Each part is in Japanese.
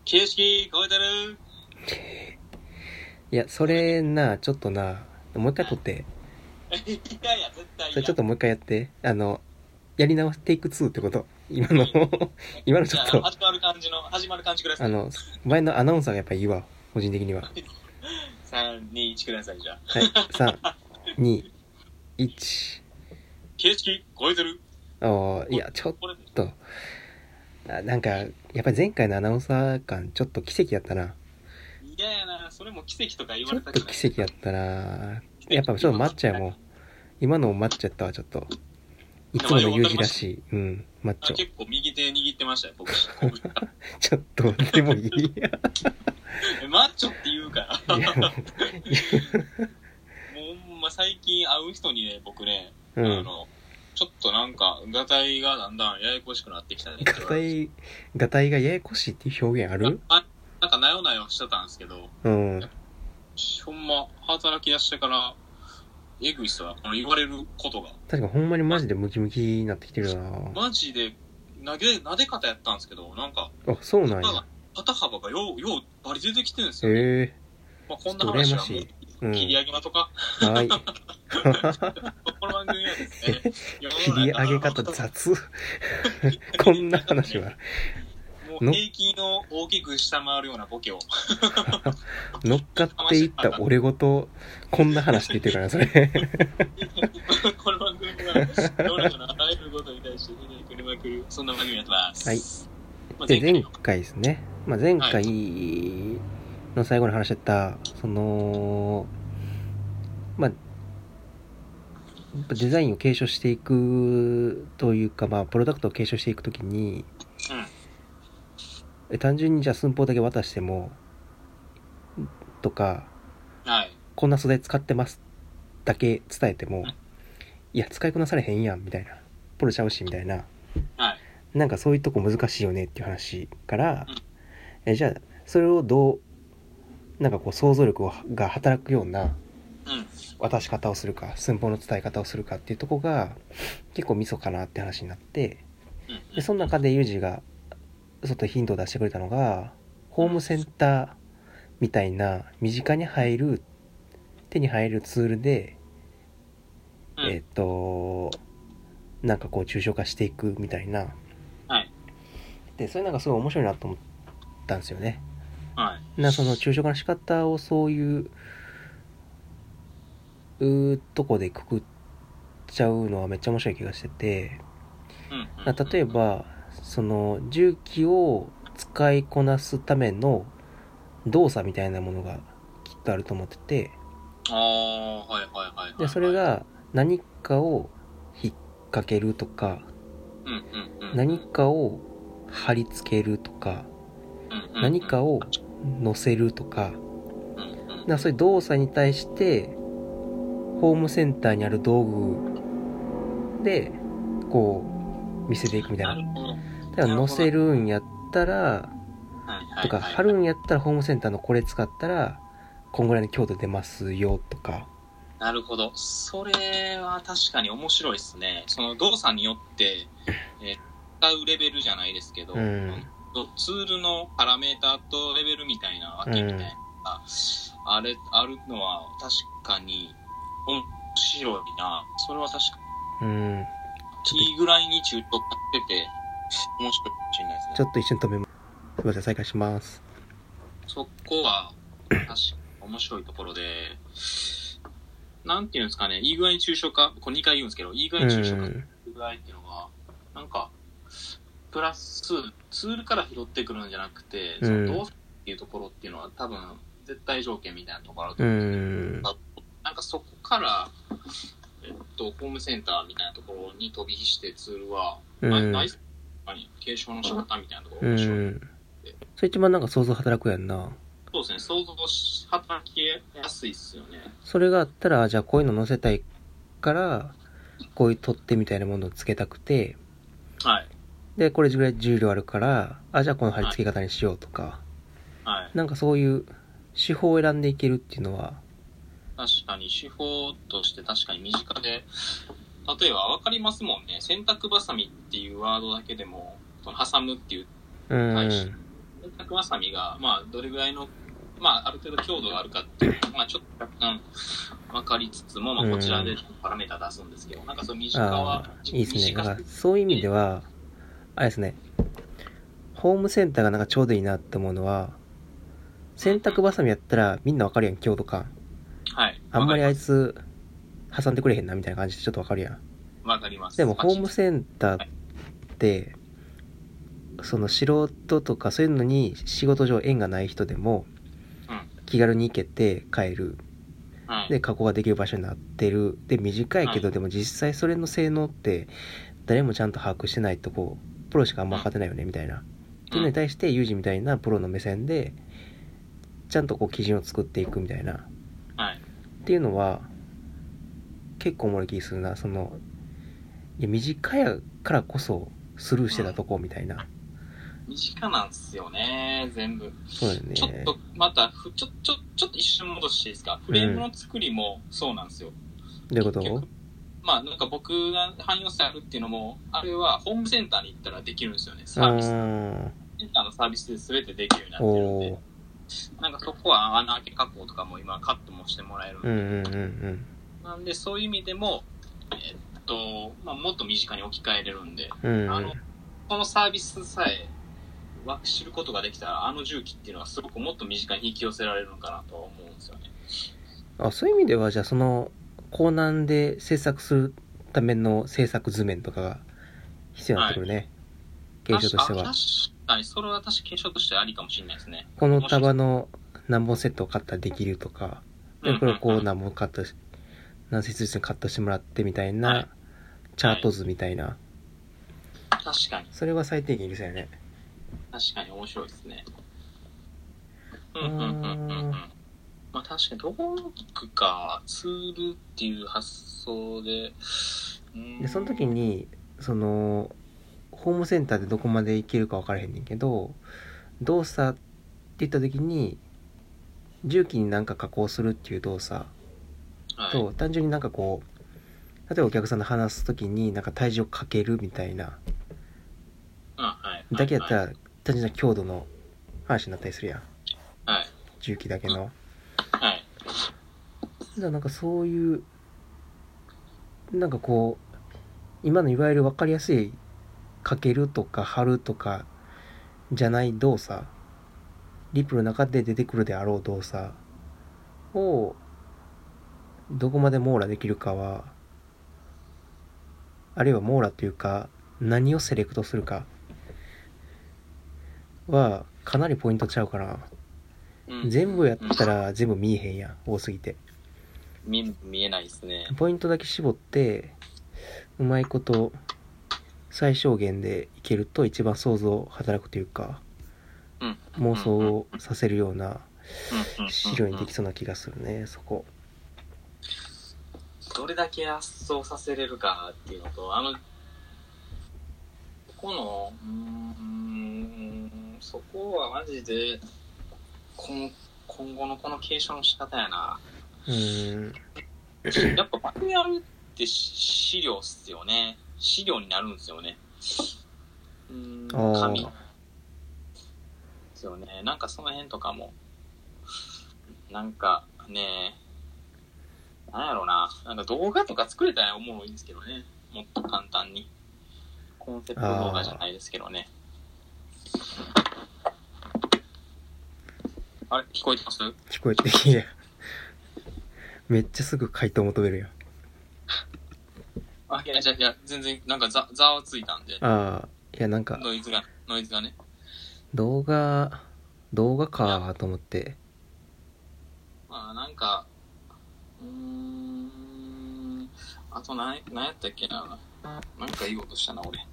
形式超えてる。 いや、それな、ちょっとな、もう一回撮って。 いやいや、絶対それちょっともう一回やって。やり直し、テイク2ってこと。今の今のちょっと、 始まる感じください。 前のアナウンサーがやっぱいいわ、個人的には。 3、2、1ください、じゃあ。 はい、3、2、1。 形式超えてる。 いや、ちょっと、なんか、やっぱり前回のアナウンサー感、ちょっと奇跡やったな。 いややな、それも奇跡とか言わちょっとれたくない。 奇跡やったな。やっぱちょっとマッチョやもん。今のもマッチョやったわ、ちょっと。いつものユージらしい。うん、マッチョ。 結構右手握ってましたよ、僕。 ちょっと、でもいいや。 マッチョって言うから。 いや、もう。 もうほんま最近会う人にね、僕ね、 うん、 ちょっとなんか、ガタイがだんだんややこしくなってきたね。 ガタイがややこしいっていう表現ある？ なんかなよなよしてたんですけど、 うん。 ほんま、働き出してから、えぐいっすわ、言われることが。 確かほんまにマジでムキムキになってきてるな。 マジで、撫で方やったんですけど、なんか、 あ、そうなんや。 肩幅がようバリ出てきてるんですよ、ね。まあ、こんな話はもう、切り上げまとか。 はい。 この番組はですね、 切り上げ方雑。こんな話は。 もう平均を大きく下回るようなボケを。 乗っかっていった俺ごと、こんな話って言ってるから、それ。 この番組は、世の中のあらゆることに対してひねくりまくる、そんな番組やってます。 はい。で、前回ですね。まあ、前回の最後に話してた、まあ、デザインを継承していくというか、まあ、プロダクトを継承していくときに、単純にじゃあ寸法だけ渡してもとか、 はい、 こんな素材使ってますだけ伝えても、いや使いこなされへんやんみたいな、ポロちゃうしみたいな、 はい、 なんかそういうとこ難しいよねっていう話から、じゃあそれをどうなんかこう想像力が働くような渡し方をするか、寸法の伝え方をするかっていうとこが結構ミソかなって話になって、でその中でユージがちょっとヒントを出してくれたのが、ホームセンターみたいな身近に入る手に入るツールで、なんかこう抽象化していくみたいな、 はい、 でそれなんかすごい面白いなと思ったんですよね。 はい、 その抽象化の仕方をそういうとこでくくっちゃうのはめっちゃ面白い気がしてて、例えばその重機を使いこなすための動作みたいなものがきっとあると思ってて、でそれが何かを引っ掛けるとか、何かを貼り付けるとか、何かを乗せるとか、そういう動作に対してホームセンターにある道具でこう見せていくみたいな。だから乗せるんやったらとか、貼るんやったらホームセンターのこれ使ったらこんぐらいの強度出ますよとか。 なるほど。それは確かに面白いですね。その動作によって、使うレベルじゃないですけど、ツールのパラメーターとレベルみたいなわけみたいな、あるのは確かに面白いな。それは確かに。いいぐらいに中途化ってて面白いかもしれないですね。 ちょっと一瞬止めます。すみません、再開します。 そこは確かに面白いところで、なんていうんですかね、いい具合に抽象化、これ2回言うんですけど、いい具合に抽象化する具合っていうのは、なんか、プラス、ツールから拾ってくるんじゃなくて、その動作っていうところっていうのは多分、絶対条件みたいなところあると思うんですけど、なんかそこから、ホームセンターみたいなところに飛び火してツールは、ナイスに継承の仕方みたいなところが面白い。 それ一番なんか想像働くやんな。 そうですね、想像働きやすいっすよね。 それがあったら、じゃあこういうの載せたいから、こういう取っ手みたいなものをつけたくて、 はい。 で、これぐらい重量あるから、じゃあこの貼り付け方にしようとか、なんかそういう手法を選んでいけるっていうのは、 確かに手法として確かに身近で、例えば分かりますもんね。洗濯バサミっていうワードだけでも、その挟むっていう対して、 洗濯わさみが、まあ、どれぐらいの、まあ、ある程度強度があるかっていう、まあ、ちょっと若干分かりつつも、まあ、こちらでパラメータ出すんですけど、なんかそう短は、 いいですね。だからそういう意味では、あれですね、ホームセンターがなんかちょうどいいなって思うのは、洗濯バサミやったらみんなわかるやん、強度感。 はい。 あんまりあいつ挟んでくれへんなみたいな感じでちょっとわかるやん。 わかります。 でもホームセンターって、その素人とかそういうのに仕事上縁がない人でも気軽に行けて買える。で、加工ができる場所になってる。で、短いけど、でも実際それの性能って誰もちゃんと把握してないとこう、プロしかあんま分かってないよねみたいな。っていうのに対して、ユージみたいなプロの目線で、ちゃんとこう基準を作っていくみたいな。っていうのは、結構おもろい気するな。その、いや、短いからこそスルーしてたとこみたいな。 短なんすよね、全部。 そうだよね。 ちょっと、また、ちょっと一瞬戻していいですか。フレームの作りもそうなんですよ。 どういうこと？ まあ、なんか僕が汎用性あるっていうのも、あれはホームセンターに行ったらできるんですよね、サービス。センターのサービスで全てできるようになってるんで、なんかそこは穴開け加工とかも今カットもしてもらえるんで、なんでそういう意味でも、まあ、もっと身近に置き換えれるんで、このサービスさえ知ることができたら、あの重機っていうのはすごくもっと身近に引き寄せられるのかなとは思うんですよね。 あ、そういう意味では、じゃあその、高難で制作するための制作図面とかが必要になってくるね。継承としては。 確かに、それは確か継承としてありかもしれないですね。 この束の何本セットをカットできるとか、で、これをこう何本カットし、何節ずつにカットしてもらってみたいな、チャート図みたいな。 確かに。 それは最低限いるよね。 確かに面白いですね。まあ確かに道具かツールっていう発想で、 でその時にそのホームセンターでどこまで行けるか分からへんねんけど、動作って言った時に重機に何か加工するっていう動作と、単純になんかこう、例えばお客さんと話す時になんか体重をかけるみたいなだけやったら単純な強度の話になったりするやん。重機だけの。じゃあなんかそういうなんかこう今のいわゆる分かりやすいかけるとか貼るとかじゃない動作、リップの中で出てくるであろう動作をどこまで網羅できるかは、あるいは網羅というか何をセレクトするかはかなりポイントちゃうかな。全部やったら全部見えへんやん、多すぎて。 見えないですね。 ポイントだけ絞ってうまいこと最小限でいけると一番想像働くというか、妄想をさせるような資料にできそうな気がするね。そこどれだけ発想させれるかっていうのと、このそこはマジで今後のこの継承の仕方やな。やっぱマニュアルって資料っすよね。資料になるんですよね。紙ですよね。なんかその辺とかもなんかね、なんやろうな、なんか動画とか作れたらおもろいんですけどね。もっと簡単にコンセプト動画じゃないですけどね。あれ聞こえてます？ 聞こえて、いやめっちゃすぐ回答求めるやん。 いや全然なんかざわついたんで。 いやなんかノイズがね。 動画かと思って。 まあなんかあと何やったっけな。なんか言おうとしたな俺。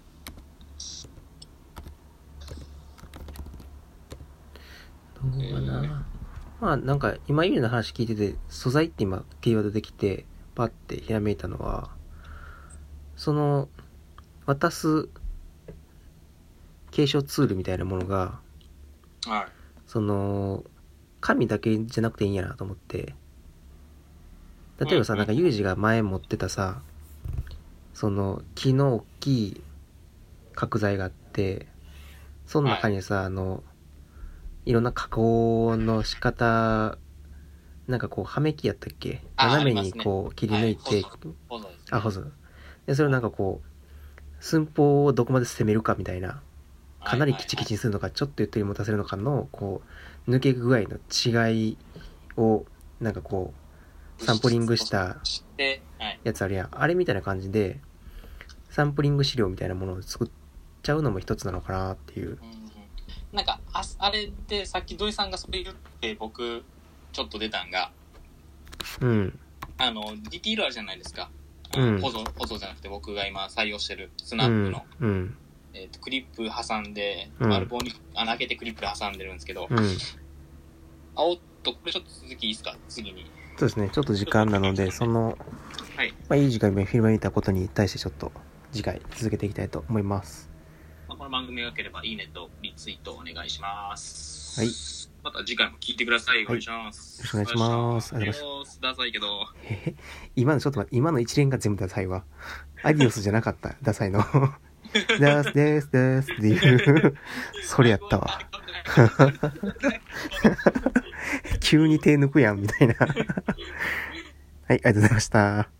動画な。まあなんか今ゆりの話聞いてて、素材って今キーワードできてパッてひらめいたのは、その渡す継承ツールみたいなものが、その紙だけじゃなくていいんやなと思って。例えばさ、なんかユージが前持ってたさ、その木の大きい角材があって、その中にさ、 いろんな加工の仕方、なんかこう、はめきやったっけ、斜めにこう、切り抜いて、ほぞ。で、それをなんかこう、寸法をどこまで攻めるかみたいな、かなりキチキチにするのか、ちょっとゆっくり持たせるのかの、こう、抜け具合の違いを、なんかこう、サンプリングしたやつあるやん。あれみたいな感じで、サンプリング資料みたいなものを作っちゃうのも一つなのかなっていう。 なんか、あれでさっき土井さんがそれ言って僕、ちょっと出たんが、 うん。 ディティールあるじゃないですか。保存じゃなくて僕が今採用してるスナップの、クリップ挟んで、丸棒に穴開けてクリップで挟んでるんですけど、これちょっと続きいいですか、次に。 そうですね、ちょっと時間なので、はい、いい時間にフィルムにいたことに対してちょっと次回続けていきたいと思います。 この番組が良ければいいねとリツイートお願いします。 はい。 また次回も聞いてください。お願いします。 よろしくお願いします。 ありがとうございます。ダサいけど。 今のちょっと待って、今の一連が全部ダサいわ。アディオスじゃなかった、ダサいの。ダースですっていう、それやったわ。急に手抜くやん、みたいな。はい、ありがとうございました。